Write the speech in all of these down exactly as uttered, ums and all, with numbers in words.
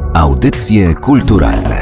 Audycje kulturalne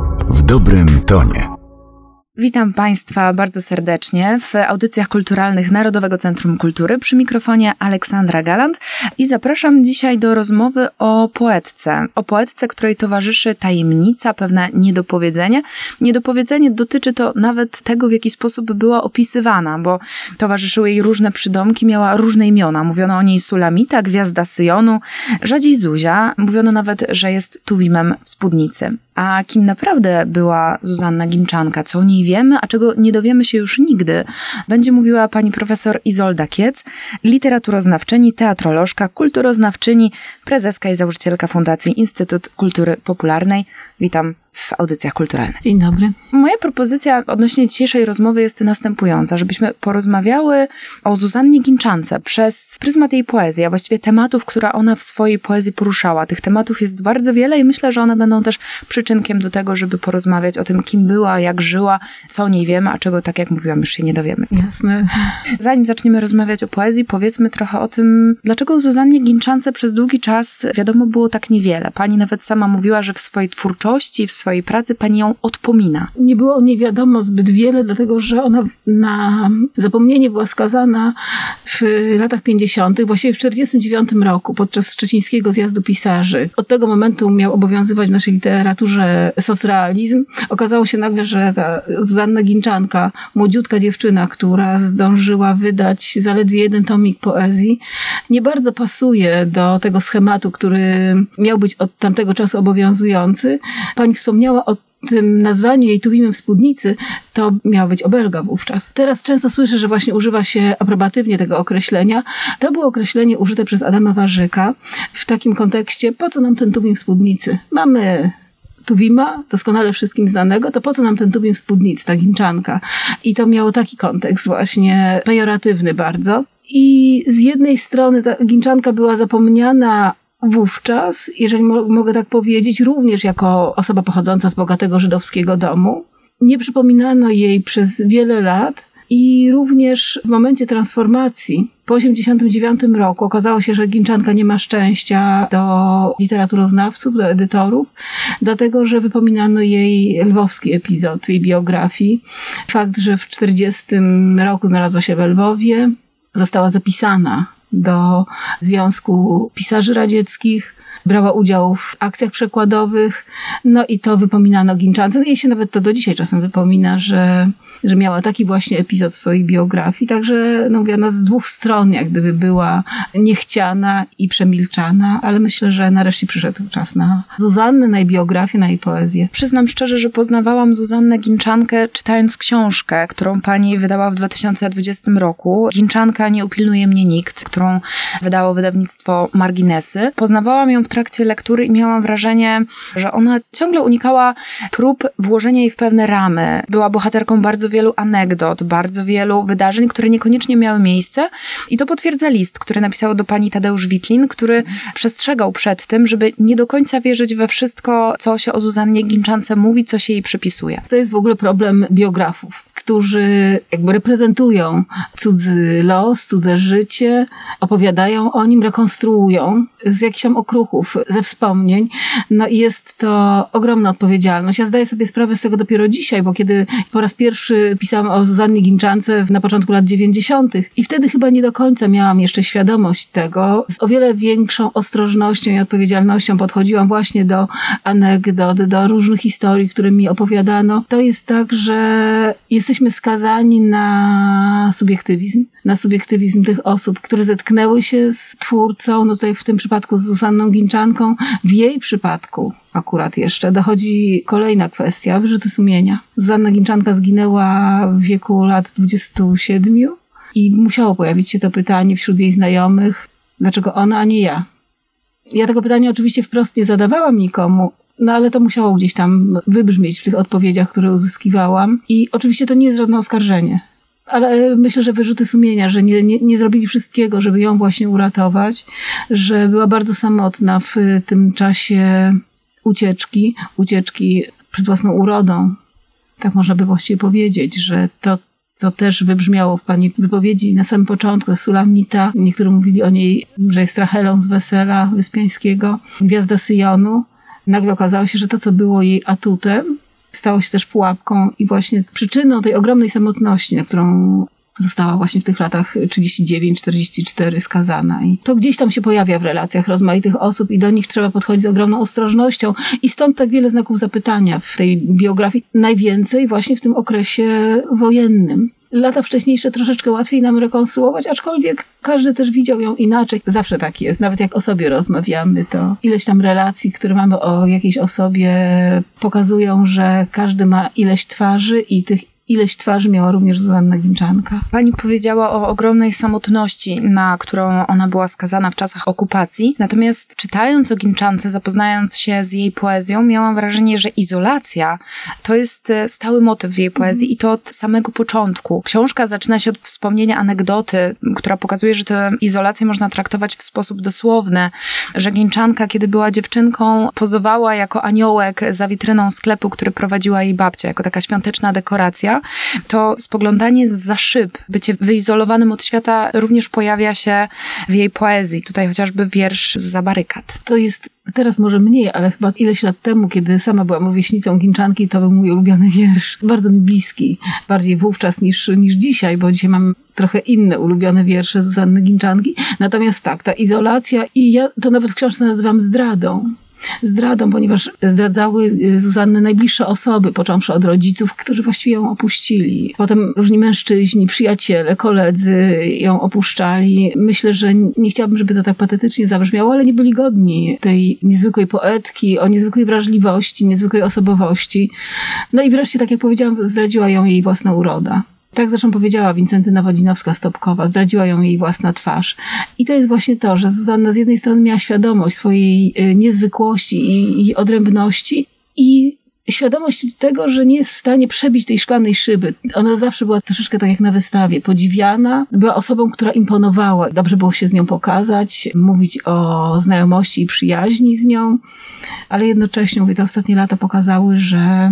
w dobrym tonie. Witam Państwa bardzo serdecznie w audycjach kulturalnych Narodowego Centrum Kultury. Przy mikrofonie Aleksandra Galant i zapraszam dzisiaj do rozmowy o poetce. O poetce, której towarzyszy tajemnica, pewne niedopowiedzenie. Niedopowiedzenie dotyczy to nawet tego, w jaki sposób była opisywana, bo towarzyszyły jej różne przydomki, miała różne imiona. Mówiono o niej Sulamita, Gwiazda Syjonu, rzadziej Zuzia. Mówiono nawet, że jest Tuwimem w spódnicy. A kim naprawdę była Zuzanna Ginczanka? Co o niej wiemy, a czego nie dowiemy się już nigdy? Będzie mówiła pani profesor Izolda Kiec, literaturoznawczyni, teatrolożka, kulturoznawczyni, prezeska i założycielka Fundacji Instytut Kultury Popularnej. Witam w audycjach kulturalnych. Dzień dobry. Moja propozycja odnośnie dzisiejszej rozmowy jest następująca, żebyśmy porozmawiały o Zuzannie Ginczance przez pryzmat jej poezji, a właściwie tematów, które ona w swojej poezji poruszała. Tych tematów jest bardzo wiele i myślę, że one będą też przyczynkiem do tego, żeby porozmawiać o tym, kim była, jak żyła, co o niej wiemy, a czego, tak jak mówiłam, już się nie dowiemy. Jasne. Zanim zaczniemy rozmawiać o poezji, powiedzmy trochę o tym, dlaczego o Zuzannie Ginczance przez długi czas wiadomo było tak niewiele. Pani nawet sama mówiła, że w swojej twórczości, w swojej pracy pani ją odpomina. Nie było o niej wiadomo zbyt wiele, dlatego że ona na zapomnienie była skazana w latach pięćdziesiątych, właściwie w czterdziestym dziewiątym roku, podczas szczecińskiego zjazdu pisarzy. Od tego momentu miał obowiązywać w naszej literaturze socrealizm. Okazało się nagle, że ta Zuzanna Ginczanka, młodziutka dziewczyna, która zdążyła wydać zaledwie jeden tomik poezji, nie bardzo pasuje do tego schematu, który miał być od tamtego czasu obowiązujący. Pani wspomniała o tym nazwaniu jej Tuwimem w spódnicy, to miała być obelga wówczas. Teraz często słyszę, że właśnie używa się aprobatywnie tego określenia. To było określenie użyte przez Adama Warzyka w takim kontekście, po co nam ten Tuwim w spódnicy? Mamy Tuwima, doskonale wszystkim znanego, to po co nam ten Tuwim w spódnicy, ta Ginczanka? I to miało taki kontekst właśnie pejoratywny bardzo. I z jednej strony ta Ginczanka była zapomniana wówczas, jeżeli mo- mogę tak powiedzieć, również jako osoba pochodząca z bogatego żydowskiego domu. Nie przypominano jej przez wiele lat i również w momencie transformacji po osiemdziesiątym dziewiątym roku okazało się, że Ginczanka nie ma szczęścia do literaturoznawców, do edytorów, dlatego że wypominano jej lwowski epizod w jej biografii. Fakt, że w czterdziestym roku znalazła się we Lwowie, została zapisana do Związku Pisarzy Radzieckich, brała udział w akcjach przekładowych, no i to wypominano Ginczance. No jej się nawet to do dzisiaj czasem wypomina, że, że miała taki właśnie epizod w swojej biografii, także no mówię, ona z dwóch stron jak gdyby była niechciana i przemilczana, ale myślę, że nareszcie przyszedł czas na Zuzannę, na jej biografię, na jej poezję. Przyznam szczerze, że poznawałam Zuzannę Ginczankę czytając książkę, którą pani wydała w dwa tysiące dwudziestym roku. Ginczanka nie upilnuje mnie nikt, którą wydało wydawnictwo Marginesy. Poznawałam ją w trakcie lektury i miałam wrażenie, że ona ciągle unikała prób włożenia jej w pewne ramy. Była bohaterką bardzo wielu anegdot, bardzo wielu wydarzeń, które niekoniecznie miały miejsce i to potwierdza list, który napisał do pani Tadeusz Witlin, który przestrzegał przed tym, żeby nie do końca wierzyć we wszystko, co się o Zuzannie Ginczance mówi, co się jej przypisuje. To jest w ogóle problem biografów, którzy jakby reprezentują cudzy los, cudze życie, opowiadają o nim, rekonstruują z jakichś tam okruchów, ze wspomnień. No i jest to ogromna odpowiedzialność. Ja zdaję sobie sprawę z tego dopiero dzisiaj, bo kiedy po raz pierwszy pisałam o Zuzannie Ginczance na początku lat dziewięćdziesiątych i wtedy chyba nie do końca miałam jeszcze świadomość tego. Z o wiele większą ostrożnością i odpowiedzialnością podchodziłam właśnie do anegdot, do różnych historii, które mi opowiadano. To jest tak, że jesteśmy skazani na subiektywizm, na subiektywizm tych osób, które zetknęły się z twórcą, no tutaj w tym przypadku z Zuzanną Ginczanką. W jej przypadku akurat jeszcze dochodzi kolejna kwestia, wyrzuty sumienia. Zuzanna Ginczanka zginęła w wieku lat dwudziestu siedmiu i musiało pojawić się to pytanie wśród jej znajomych, dlaczego ona, a nie ja. Ja tego pytania oczywiście wprost nie zadawałam nikomu, no ale to musiało gdzieś tam wybrzmieć w tych odpowiedziach, które uzyskiwałam. I oczywiście to nie jest żadne oskarżenie. Ale myślę, że wyrzuty sumienia, że nie, nie, nie zrobili wszystkiego, żeby ją właśnie uratować, że była bardzo samotna w tym czasie ucieczki, ucieczki przed własną urodą. Tak można by właściwie powiedzieć, że to, co też wybrzmiało w pani wypowiedzi na samym początku, Sulamita. Niektórzy mówili o niej, że jest Rachelą z Wesela Wyspiańskiego, Gwiazda Syjonu. nagle okazało się, że to, co było jej atutem, stało się też pułapką i właśnie przyczyną tej ogromnej samotności, na którą została właśnie w tych latach trzydzieści dziewięć czterdzieści cztery skazana. I to gdzieś tam się pojawia w relacjach rozmaitych osób i do nich trzeba podchodzić z ogromną ostrożnością. I stąd tak wiele znaków zapytania w tej biografii. Najwięcej właśnie w tym okresie wojennym. Lata wcześniejsze troszeczkę łatwiej nam rekonstruować, aczkolwiek każdy też widział ją inaczej. Zawsze tak jest. Nawet jak o sobie rozmawiamy, to ileś tam relacji, które mamy o jakiejś osobie, pokazują, że każdy ma ileś twarzy i tych ileś twarzy miała również Zuzanna Ginczanka. Pani powiedziała o ogromnej samotności, na którą ona była skazana w czasach okupacji. Natomiast czytając o Ginczance, zapoznając się z jej poezją, miałam wrażenie, że izolacja to jest stały motyw w jej poezji mm. i to od samego początku. Książka zaczyna się od wspomnienia anegdoty, która pokazuje, że tę izolację można traktować w sposób dosłowny, że Ginczanka, kiedy była dziewczynką, pozowała jako aniołek za witryną sklepu, który prowadziła jej babcia, jako taka świąteczna dekoracja. To spoglądanie zza szyb, bycie wyizolowanym od świata również pojawia się w jej poezji. Tutaj chociażby wiersz Zza barykad. To jest teraz może mniej, ale chyba ileś lat temu, kiedy sama byłam rówieśnicą Ginczanki, to był mój ulubiony wiersz. Bardzo mi bliski. Bardziej wówczas niż, niż dzisiaj, bo dzisiaj mam trochę inne ulubione wiersze Zuzanny Ginczanki. Natomiast tak, ta izolacja i ja to nawet w książce nazywam zdradą. Zdradą, ponieważ zdradzały Zuzannę najbliższe osoby, począwszy od rodziców, którzy właściwie ją opuścili. Potem różni mężczyźni, przyjaciele, koledzy ją opuszczali. Myślę, że nie chciałabym, żeby to tak patetycznie zabrzmiało, ale nie byli godni tej niezwykłej poetki, o niezwykłej wrażliwości, niezwykłej osobowości. No i wreszcie, tak jak powiedziałam, zdradziła ją jej własna uroda. Tak zresztą powiedziała Wincentyna Wodzinowska-Stopkowa, zdradziła ją jej własna twarz. I to jest właśnie to, że Zuzanna z jednej strony miała świadomość swojej niezwykłości i, i odrębności i świadomość tego, że nie jest w stanie przebić tej szklanej szyby. Ona zawsze była troszeczkę tak jak na wystawie, podziwiana. Była osobą, która imponowała. Dobrze było się z nią pokazać, mówić o znajomości i przyjaźni z nią, ale jednocześnie, mówię, te ostatnie lata pokazały, że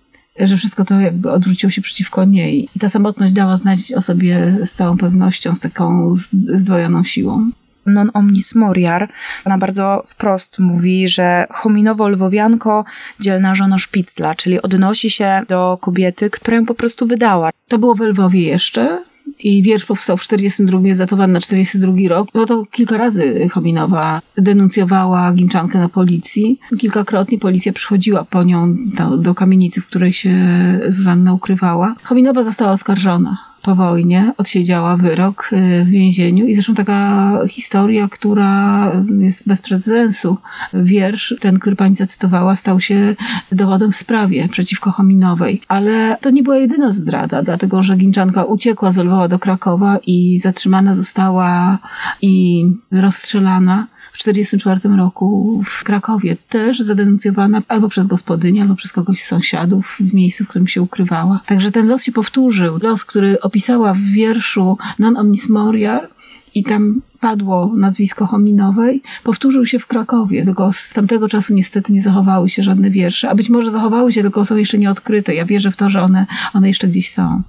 że wszystko to jakby odwróciło się przeciwko niej. I ta samotność dała znać o sobie z całą pewnością, z taką zdwojoną siłą. Non omnis moriar. Ona bardzo wprost mówi, że hominowo-lwowianko, dzielna żono Szpicla, czyli odnosi się do kobiety, która ją po prostu wydała. To było w Lwowie jeszcze. I wiersz powstał w czterdziestym drugim, jest datowany na czterdziesty drugi rok. No to kilka razy Chominowa denuncjowała Ginczankę na policji. Kilkakrotnie policja przychodziła po nią do, do kamienicy, w której się Zuzanna ukrywała. Chominowa została oskarżona po wojnie, odsiedziała wyrok w więzieniu i zresztą taka historia, która jest bez precedensu. Wiersz, ten, który pani zacytowała, stał się dowodem w sprawie przeciwko Chominowej. Ale to nie była jedyna zdrada, dlatego że Ginczanka uciekła z Lwowa do Krakowa i zatrzymana została i rozstrzelana w czterdziestym czwartym roku w Krakowie. Też zadenuncjowana albo przez gospodynię, albo przez kogoś z sąsiadów w miejscu, w którym się ukrywała. Także ten los się powtórzył. Los, który opisała w wierszu Non omnis moriar i tam padło nazwisko Chominowej, powtórzył się w Krakowie, tylko z tamtego czasu niestety nie zachowały się żadne wiersze, a być może zachowały się, tylko są jeszcze nieodkryte. Ja wierzę w to, że one, one jeszcze gdzieś są.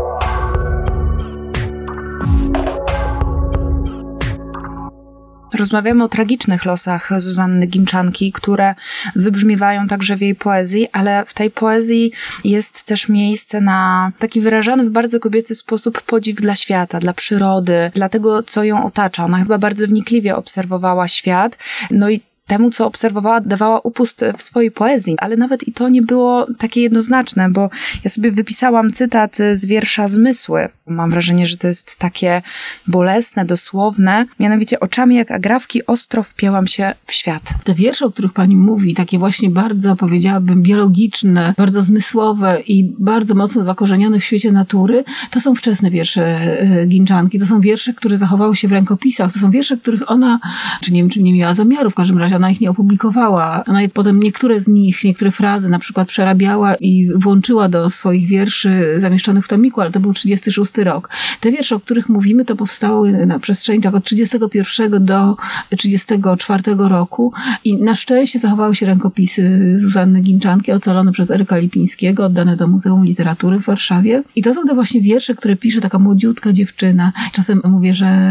Rozmawiamy o tragicznych losach Zuzanny Ginczanki, które wybrzmiewają także w jej poezji, ale w tej poezji jest też miejsce na taki wyrażany w bardzo kobiecy sposób podziw dla świata, dla przyrody, dla tego, co ją otacza. Ona chyba bardzo wnikliwie obserwowała świat, no i temu, co obserwowała, dawała upust w swojej poezji, ale nawet i to nie było takie jednoznaczne, bo ja sobie wypisałam cytat z wiersza Zmysły. Mam wrażenie, że to jest takie bolesne, dosłowne. Mianowicie oczami jak agrawki ostro wpięłam się w świat. Te wiersze, o których pani mówi, takie właśnie bardzo, powiedziałabym, biologiczne, bardzo zmysłowe i bardzo mocno zakorzenione w świecie natury, to są wczesne wiersze Ginczanki. To są wiersze, które zachowały się w rękopisach. To są wiersze, których ona, czy nie wiem, czy nie miała zamiaru, w każdym razie ona ich nie opublikowała. Ona potem niektóre z nich, niektóre frazy na przykład przerabiała i włączyła do swoich wierszy zamieszczonych w tomiku, ale to był trzydziesty szósty rok. Te wiersze, o których mówimy, to powstały na przestrzeni tak od trzydziestego pierwszego do trzydziestego czwartego roku i na szczęście zachowały się rękopisy Zuzanny Ginczanki, ocalone przez Eryka Lipińskiego, oddane do Muzeum Literatury w Warszawie. I to są te właśnie wiersze, które pisze taka młodziutka dziewczyna. Czasem mówię, że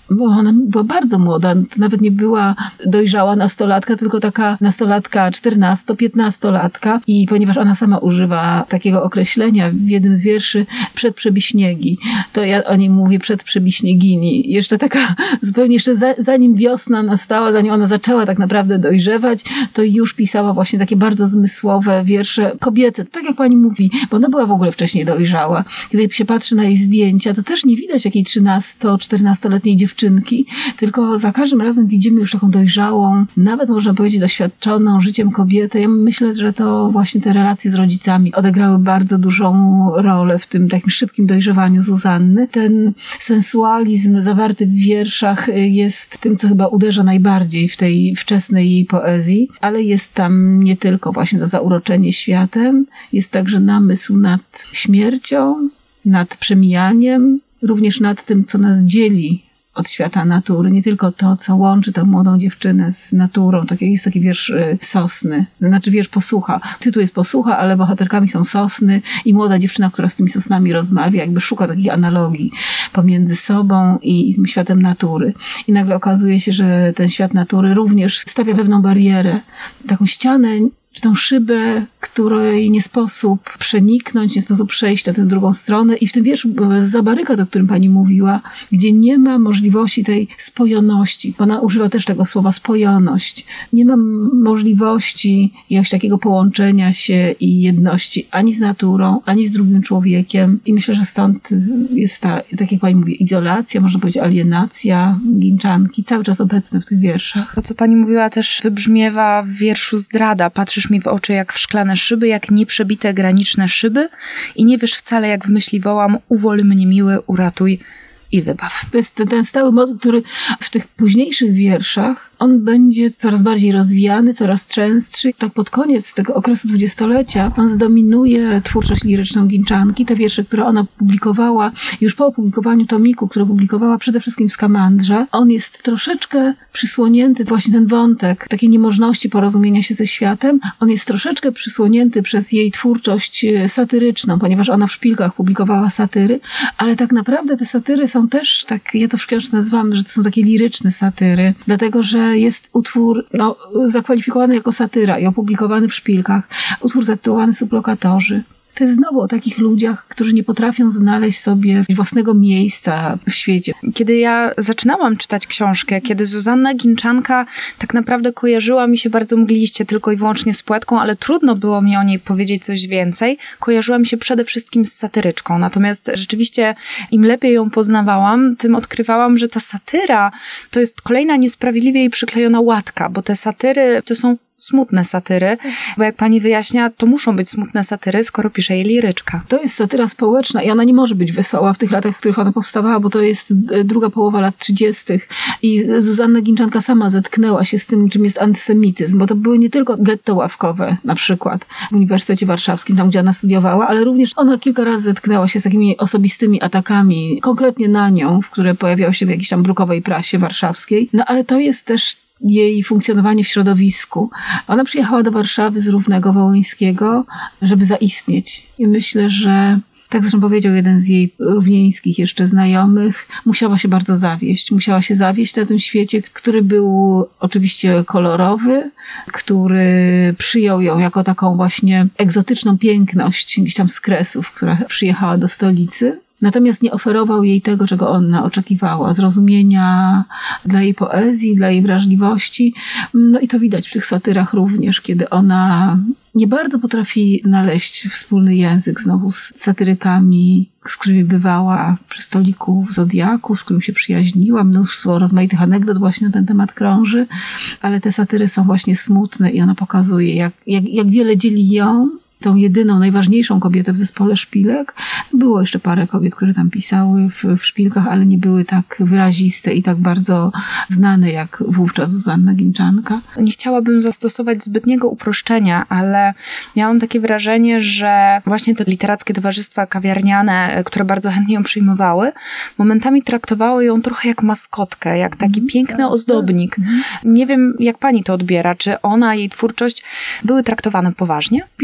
bo ona była bardzo młoda, nawet nie była dojrzała nastolatka, tylko taka nastolatka czternasto-piętnastolatka i ponieważ ona sama używa takiego określenia w jednym z wierszy przedprzebiśniegi, to ja o niej mówię przedprzebiśniegini. Jeszcze taka zupełnie, jeszcze za, zanim wiosna nastała, zanim ona zaczęła tak naprawdę dojrzewać, to już pisała właśnie takie bardzo zmysłowe wiersze kobiece, tak jak pani mówi, bo ona była w ogóle wcześniej dojrzała. Kiedy się patrzy na jej zdjęcia, to też nie widać jakiej trzynasto-czternastoletniej dziewczynki, tylko za każdym razem widzimy już taką dojrzałą, nawet można powiedzieć doświadczoną życiem kobietę. Ja myślę, że to właśnie te relacje z rodzicami odegrały bardzo dużą rolę w tym takim szybkim dojrzewaniu Zuzanny. Ten sensualizm zawarty w wierszach jest tym, co chyba uderza najbardziej w tej wczesnej jej poezji, ale jest tam nie tylko właśnie to zauroczenie światem, jest także namysł nad śmiercią, nad przemijaniem, również nad tym, co nas dzieli od świata natury. Nie tylko to, co łączy tę młodą dziewczynę z naturą. Tak jak jest taki wiersz Sosny, znaczy wiersz Posłucha. Tytuł jest Posłucha, ale bohaterkami są sosny i młoda dziewczyna, która z tymi sosnami rozmawia, jakby szuka takich analogii pomiędzy sobą i tym światem natury. I nagle okazuje się, że ten świat natury również stawia pewną barierę, taką ścianę, czy tą szybę, której nie sposób przeniknąć, nie sposób przejść na tę drugą stronę. I w tym wierszu za barykad, o którym pani mówiła, gdzie nie ma możliwości tej spojoności. Ona używa też tego słowa spojoność. Nie ma możliwości jakiegoś takiego połączenia się i jedności ani z naturą, ani z drugim człowiekiem. I myślę, że stąd jest ta, tak jak pani mówi, izolacja, można powiedzieć alienacja Ginczanki, cały czas obecna w tych wierszach. To, co pani mówiła, też wybrzmiewa w wierszu Zdrada. Patrzysz mi w oczy jak w szklane szyby, jak nieprzebite graniczne szyby i nie wiesz wcale, jak w myśli wołam: uwol mnie miły, uratuj i wybaw. To jest ten stały motyw, który w tych późniejszych wierszach on będzie coraz bardziej rozwijany, coraz częstszy. Tak pod koniec tego okresu dwudziestolecia on zdominuje twórczość liryczną Ginczanki. Te wiersze, które ona publikowała już po opublikowaniu tomiku, które publikowała przede wszystkim w Skamandrze, on jest troszeczkę przysłonięty, właśnie ten wątek takiej niemożności porozumienia się ze światem, on jest troszeczkę przysłonięty przez jej twórczość satyryczną, ponieważ ona w Szpilkach publikowała satyry, ale tak naprawdę te satyry są też, tak ja to w książce nazywam, że to są takie liryczne satyry, dlatego, że jest utwór no, zakwalifikowany jako satyra i opublikowany w Szpilkach, utwór zatytułowany Sublokatorzy. To jest znowu o takich ludziach, którzy nie potrafią znaleźć sobie własnego miejsca w świecie. Kiedy ja zaczynałam czytać książkę, kiedy Zuzanna Ginczanka tak naprawdę kojarzyła mi się bardzo mgliście tylko i wyłącznie z poetką, ale trudno było mi o niej powiedzieć coś więcej, kojarzyła mi się przede wszystkim z satyryczką. Natomiast rzeczywiście im lepiej ją poznawałam, tym odkrywałam, że ta satyra to jest kolejna niesprawiedliwie jej przyklejona łatka, bo te satyry to są smutne satyry, bo jak pani wyjaśnia, to muszą być smutne satyry, skoro pisze je liryczka. To jest satyra społeczna i ona nie może być wesoła w tych latach, w których ona powstawała, bo to jest druga połowa lat trzydziestych i Zuzanna Ginczanka sama zetknęła się z tym, czym jest antysemityzm, bo to były nie tylko getto ławkowe na przykład w Uniwersytecie Warszawskim, tam gdzie ona studiowała, ale również ona kilka razy zetknęła się z takimi osobistymi atakami, konkretnie na nią, które pojawiały się w jakiejś tam brukowej prasie warszawskiej. No ale to jest też jej funkcjonowanie w środowisku. Ona przyjechała do Warszawy z Równego Wołyńskiego, żeby zaistnieć. I myślę, że tak zresztą powiedział jeden z jej równieńskich jeszcze znajomych, musiała się bardzo zawieść. Musiała się zawieść na tym świecie, który był oczywiście kolorowy, który przyjął ją jako taką właśnie egzotyczną piękność gdzieś tam z Kresów, która przyjechała do stolicy. Natomiast nie oferował jej tego, czego ona oczekiwała. Zrozumienia dla jej poezji, dla jej wrażliwości. No i to widać w tych satyrach również, kiedy ona nie bardzo potrafi znaleźć wspólny język znowu z satyrykami, z którymi bywała przy stoliku w Zodiaku, z którym się przyjaźniła. Mnóstwo rozmaitych anegdot właśnie na ten temat krąży, ale te satyry są właśnie smutne i ona pokazuje, jak, jak, jak wiele dzieli ją, tą jedyną, najważniejszą kobietę w zespole Szpilek. Było jeszcze parę kobiet, które tam pisały w, w Szpilkach, ale nie były tak wyraziste i tak bardzo znane jak wówczas Zuzanna Ginczanka. Nie chciałabym zastosować zbytniego uproszczenia, ale miałam takie wrażenie, że właśnie te literackie towarzystwa kawiarniane, które bardzo chętnie ją przyjmowały, momentami traktowały ją trochę jak maskotkę, jak taki mm, piękny tak, ozdobnik. Tak. Nie wiem, jak pani to odbiera. Czy ona, jej twórczość były traktowane poważnie? Pisząc tę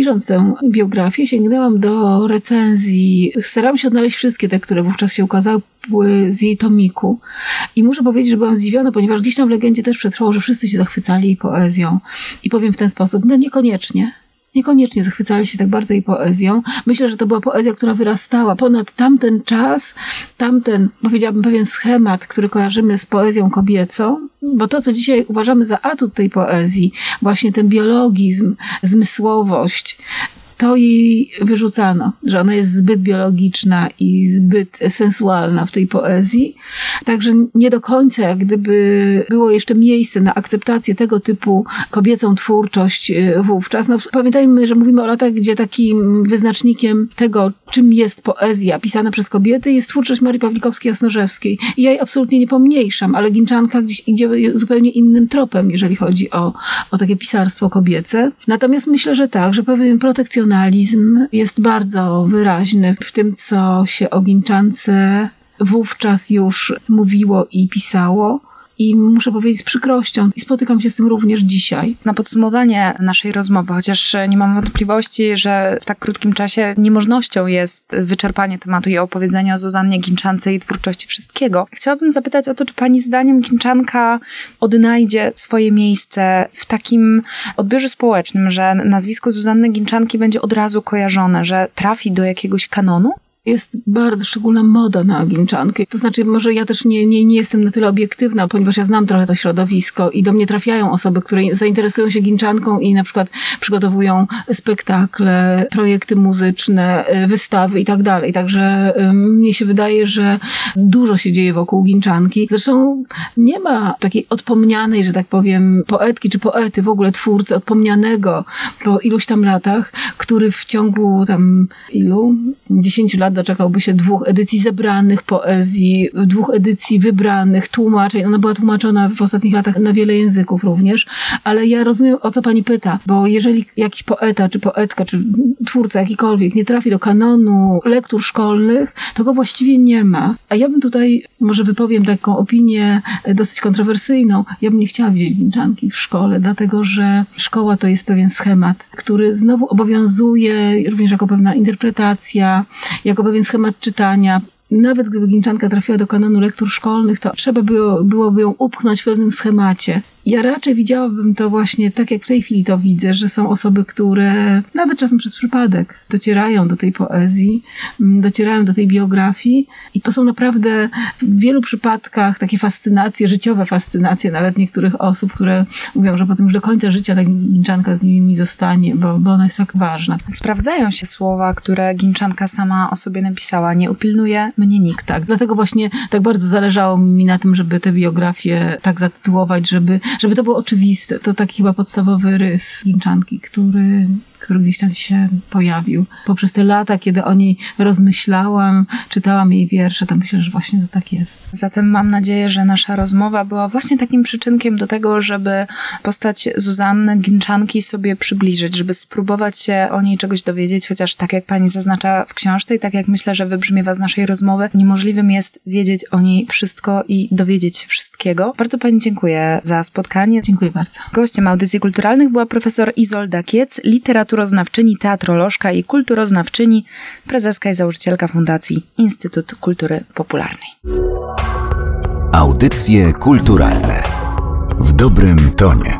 tę biografię, sięgnęłam do recenzji. Starałam się odnaleźć wszystkie te, które wówczas się ukazały z jej tomiku. I muszę powiedzieć, że byłam zdziwiona, ponieważ gdzieś tam w legendzie też przetrwało, że wszyscy się zachwycali jej poezją. I powiem w ten sposób, no niekoniecznie. Niekoniecznie zachwycali się tak bardzo jej poezją. Myślę, że to była poezja, która wyrastała ponad tamten czas, tamten, powiedziałabym, pewien schemat, który kojarzymy z poezją kobiecą, bo to, co dzisiaj uważamy za atut tej poezji, właśnie ten biologizm, zmysłowość, to jej wyrzucano, że ona jest zbyt biologiczna i zbyt sensualna w tej poezji. Także nie do końca jak gdyby było jeszcze miejsce na akceptację tego typu kobiecą twórczość wówczas. No, pamiętajmy, że mówimy o latach, gdzie takim wyznacznikiem tego, czym jest poezja pisana przez kobiety, jest twórczość Marii Pawlikowskiej-Jasnorzewskiej. I ja jej absolutnie nie pomniejszam, ale Ginczanka gdzieś idzie zupełnie innym tropem, jeżeli chodzi o, o takie pisarstwo kobiece. Natomiast myślę, że tak, że pewien protekcjonalizm jest bardzo wyraźny w tym, co się o Ginczance wówczas już mówiło i pisało. I muszę powiedzieć z przykrością, i spotykam się z tym również dzisiaj. Na podsumowanie naszej rozmowy, chociaż nie mam wątpliwości, że w tak krótkim czasie niemożnością jest wyczerpanie tematu i opowiedzenie o Zuzannie Ginczance i twórczości wszystkiego. Chciałabym zapytać o to, czy pani zdaniem Ginczanka odnajdzie swoje miejsce w takim odbiorze społecznym, że nazwisko Zuzanny Ginczanki będzie od razu kojarzone, że trafi do jakiegoś kanonu? Jest bardzo szczególna moda na Ginczankę. To znaczy, może ja też nie, nie, nie jestem na tyle obiektywna, ponieważ ja znam trochę to środowisko i do mnie trafiają osoby, które zainteresują się Ginczanką i na przykład przygotowują spektakle, projekty muzyczne, wystawy i tak dalej. Także um, mnie się wydaje, że dużo się dzieje wokół Ginczanki. Zresztą nie ma takiej odpomnianej, że tak powiem, poetki czy poety, w ogóle twórcy odpomnianego po iluś tam latach, który w ciągu tam ilu? dziesięciu lat doczekałby się dwóch edycji zebranych poezji, dwóch edycji wybranych, tłumaczeń. Ona była tłumaczona w ostatnich latach na wiele języków również, ale ja rozumiem, o co pani pyta, bo jeżeli jakiś poeta, czy poetka, czy twórca jakikolwiek nie trafi do kanonu lektur szkolnych, to go właściwie nie ma. A ja bym tutaj, może wypowiem taką opinię dosyć kontrowersyjną, ja bym nie chciała widzieć Ginczanki w szkole, dlatego że szkoła to jest pewien schemat, który znowu obowiązuje również jako pewna interpretacja, jako pewien schemat czytania. Nawet gdyby Ginczanka trafiła do kanonu lektur szkolnych, to trzeba było, byłoby ją upchnąć w pewnym schemacie. Ja raczej widziałabym to właśnie tak, jak w tej chwili to widzę, że są osoby, które nawet czasem przez przypadek docierają do tej poezji, docierają do tej biografii i to są naprawdę w wielu przypadkach takie fascynacje, życiowe fascynacje nawet niektórych osób, które mówią, że potem już do końca życia ta Ginczanka z nimi zostanie, bo, bo ona jest tak ważna. Sprawdzają się słowa, które Ginczanka sama o sobie napisała. Nie upilnuje mnie nikt. Tak, dlatego właśnie tak bardzo zależało mi na tym, żeby tę biografię tak zatytułować, żeby Żeby to było oczywiste. To taki chyba podstawowy rys Ginczanki, który, który gdzieś tam się pojawił. Poprzez te lata, kiedy o niej rozmyślałam, czytałam jej wiersze, to myślę, że właśnie to tak jest. Zatem mam nadzieję, że nasza rozmowa była właśnie takim przyczynkiem do tego, żeby postać Zuzanny Ginczanki sobie przybliżyć, żeby spróbować się o niej czegoś dowiedzieć, chociaż tak jak pani zaznacza w książce i tak jak myślę, że wybrzmiewa z naszej rozmowy, niemożliwym jest wiedzieć o niej wszystko i dowiedzieć się wszystkiego. Bardzo pani dziękuję za spotkanie. Dziękuję bardzo. Gościem audycji kulturalnych była profesor Izolda Kiec, literaturoznawczyni, teatrolożka i kulturoznawczyni, prezeska i założycielka Fundacji Instytut Kultury Popularnej. Audycje kulturalne w dobrym tonie.